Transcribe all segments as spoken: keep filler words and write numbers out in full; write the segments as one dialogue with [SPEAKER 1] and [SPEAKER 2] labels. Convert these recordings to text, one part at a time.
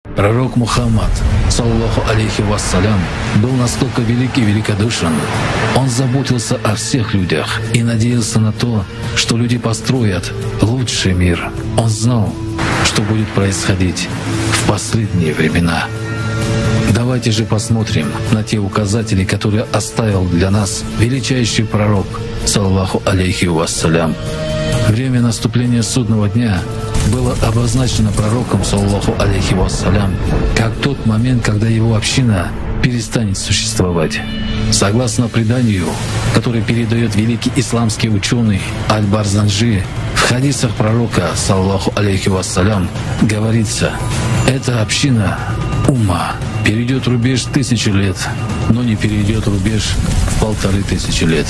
[SPEAKER 1] Пророк Мухаммад, саллаллаху алейхи вассалям, был настолько велик и великодушен. Он заботился о всех людях и надеялся на то, что люди построят лучший мир. Он знал, что будет происходить в последние времена. Давайте же посмотрим на те указатели, которые оставил для нас величайший пророк, саллаллаху алейхи вассалям. Время наступления судного дня было обозначено пророком, саллаллаху алейхи вассалям, как тот момент, когда его община перестанет существовать. Согласно преданию, которое передает великий исламский ученый Аль-Барзанджи, в хадисах пророка, саллаллаху алейхи вассалям, говорится: эта община, умма, перейдет рубеж тысячи лет, но не перейдет рубеж в полторы тысячи лет.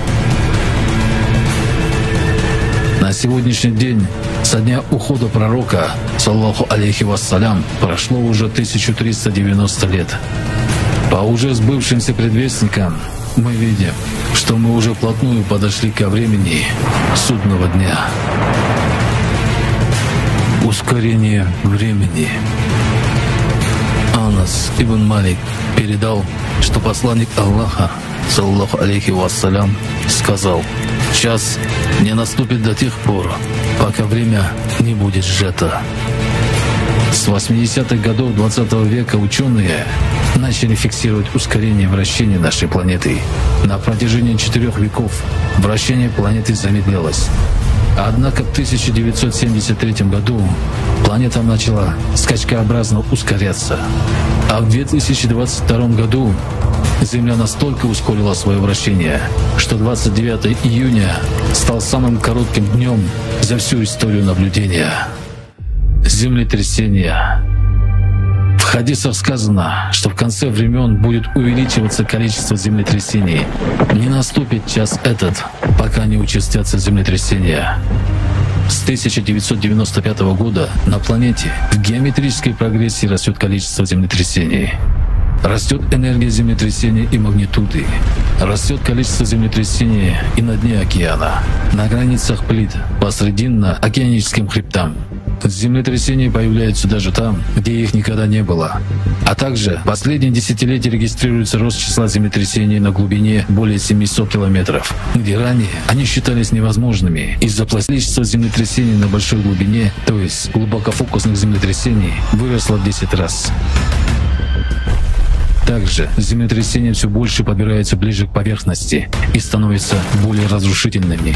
[SPEAKER 1] На сегодняшний день, со дня ухода пророка, саллаллаху алейхи вассалям, прошло уже тысяча триста девяносто лет. По уже сбывшимся предвестникам мы видим, что мы уже вплотную подошли ко времени судного дня. Ускорение времени. Анас ибн Малик передал, что посланник Аллаха, саллаллаху алейхи вассалям, сказал: час не наступит до тех пор, пока время не будет сжато. С восьмидесятых годов двадцатого века ученые начали фиксировать ускорение вращения нашей планеты. На протяжении четырех веков вращение планеты замедлялось. Однако в тысяча девятьсот семьдесят третьем году планета начала скачкообразно ускоряться. А в две тысячи двадцать втором году Земля настолько ускорила свое вращение, что двадцать девятого июня стал самым коротким днем за всю историю наблюдения. Землетрясение. В хадисах сказано, что в конце времен будет увеличиваться количество землетрясений. Не наступит час этот, пока не участятся землетрясения. С тысяча девятьсот девяносто пятого года на планете в геометрической прогрессии растет количество землетрясений. Растет энергия землетрясения и магнитуды. Растет количество землетрясений и на дне океана, на границах плит, по срединно-океаническим хребтам. Землетрясения появляются даже там, где их никогда не было. А также в последние десятилетия регистрируется рост числа землетрясений на глубине более семисот километров, где ранее они считались невозможными из-за количества землетрясений на большой глубине, то есть глубокофокусных землетрясений, выросло в десять раз. Также землетрясения все больше подбираются ближе к поверхности и становятся более разрушительными.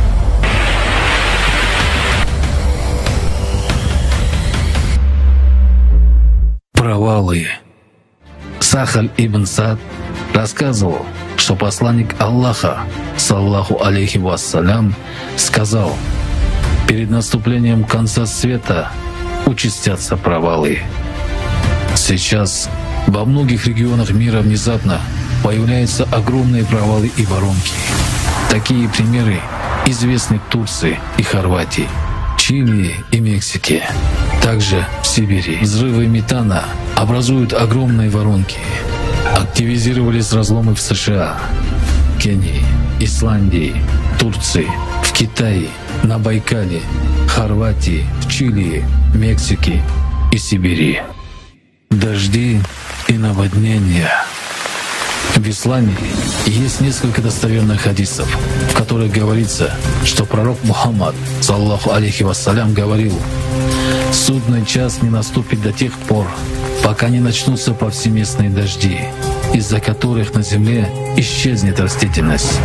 [SPEAKER 1] Провалы. Сахаль ибн Саад рассказывал, что посланник Аллаха, саллаллаху алейхи вассалям, сказал: перед наступлением конца света участятся провалы. Сейчас во многих регионах мира внезапно появляются огромные провалы и воронки. Такие примеры известны в Турции и Хорватии, Чили и Мексике. Также в Сибири взрывы метана образуют огромные воронки. Активизировались разломы в США, Кении, Исландии, Турции, в Китае, на Байкале, Хорватии, в Чили, Мексике и Сибири. Дожди и наводнения. В исламе есть несколько достоверных хадисов, в которых говорится, что пророк Мухаммад, саллаллаху алейхи вассалям, говорил: «Судный час не наступит до тех пор, пока не начнутся повсеместные дожди, из-за которых на земле исчезнет растительность».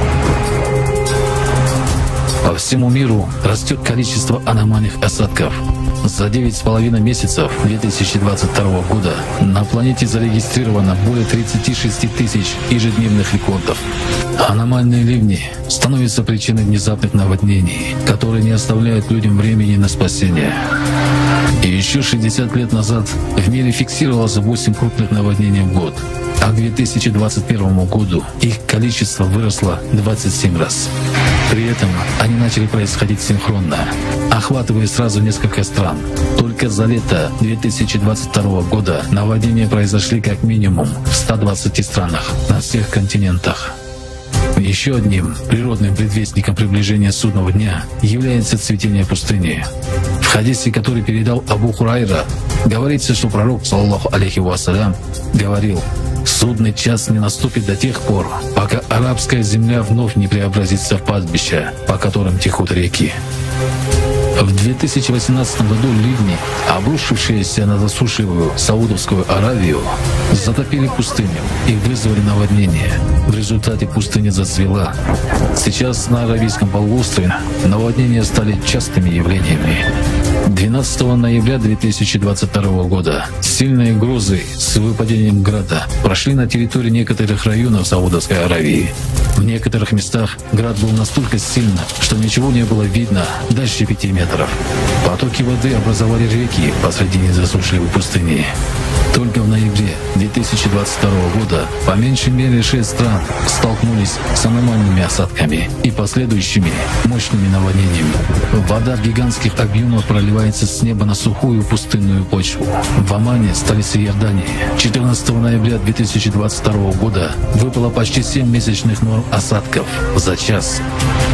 [SPEAKER 1] По всему миру растет количество аномальных осадков. За девять с половиной месяцев две тысячи двадцать второго года на планете зарегистрировано более тридцати шести тысяч ежедневных рекордов. Аномальные ливни становятся причиной внезапных наводнений, которые не оставляют людям времени на спасение. И еще шестьдесят лет назад в мире фиксировалось восемь крупных наводнений в год, а к две тысячи двадцать первому году их количество выросло двадцать семь раз. При этом они начали происходить синхронно, охватывая сразу несколько стран. Только за лето две тысячи двадцать второго года наводнения произошли как минимум в ста двадцати странах на всех континентах. Еще одним природным предвестником приближения судного дня является цветение пустыни. В хадисе, который передал Абу Хурайра, Говорится, что пророк, саллаллаху алейхи вассалям, говорил: «Судный час не наступит до тех пор, пока арабская земля вновь не преобразится в пастбище, по которым текут реки». В две тысячи восемнадцатом году ливни, обрушившиеся на засушливую Саудовскую Аравию, затопили пустыню и вызвали наводнение. В результате пустыня зацвела. Сейчас на Аравийском полуострове наводнения стали частыми явлениями. двенадцатого ноября две тысячи двадцать второго года сильные грозы с выпадением града прошли на территории некоторых районов Саудовской Аравии. В некоторых местах град был настолько сильным, что ничего не было видно дальше пяти метров. Потоки воды образовали реки посредине засушливой пустыни. Только в ноябре две тысячи двадцать второго года по меньшей мере шесть стран столкнулись с аномальными осадками и последующими мощными наводнениями. Вода в гигантских объемах проливается с неба на сухую пустынную почву. В Омане, столице Иордании, четырнадцатого ноября две тысячи двадцать второго года выпало почти семь месячных норм осадков за час.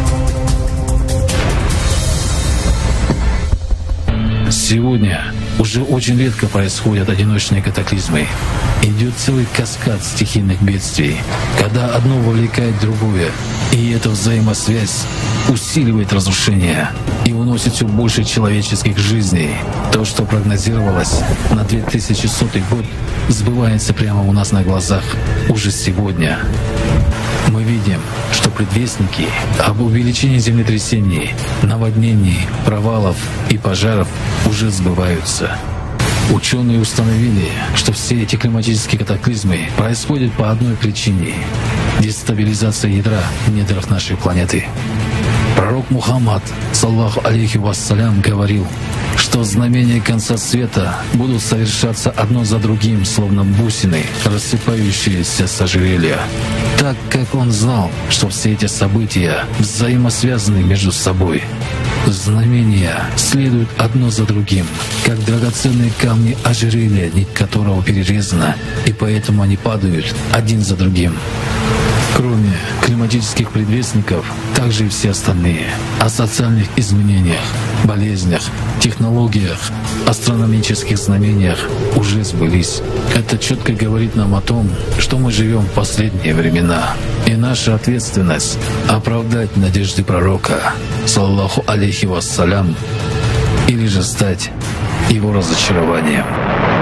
[SPEAKER 1] Сегодня уже очень редко происходят одиночные катаклизмы. Идет целый каскад стихийных бедствий, когда одно вовлекает другое, и эта взаимосвязь усиливает разрушение и уносит все больше человеческих жизней. То, что прогнозировалось на две тысячи сотый год, сбывается прямо у нас на глазах уже сегодня. Мы видим, что предвестники об увеличении землетрясений, наводнений, провалов и пожаров уже сбываются. Ученые установили, что все эти климатические катаклизмы происходят по одной причине — дестабилизация ядра в недрах нашей планеты. Пророк Мухаммад, саллаллаху алейхи вассалям, говорил, что знамения конца света будут совершаться одно за другим, словно бусины, рассыпающиеся с ожерелья. Так как он знал, что все эти события взаимосвязаны между собой. Знамения следуют одно за другим, как драгоценные камни ожерелья, нить которого перерезана, и поэтому они падают один за другим. Кроме климатических предвестников, также и все остальные о социальных изменениях, болезнях, технологиях, астрономических знамениях уже сбылись. Это четко говорит нам о том, что мы живем в последние времена. И наша ответственность — оправдать надежды пророка, саллаллаху алейхи вассалям, или же стать его разочарованием.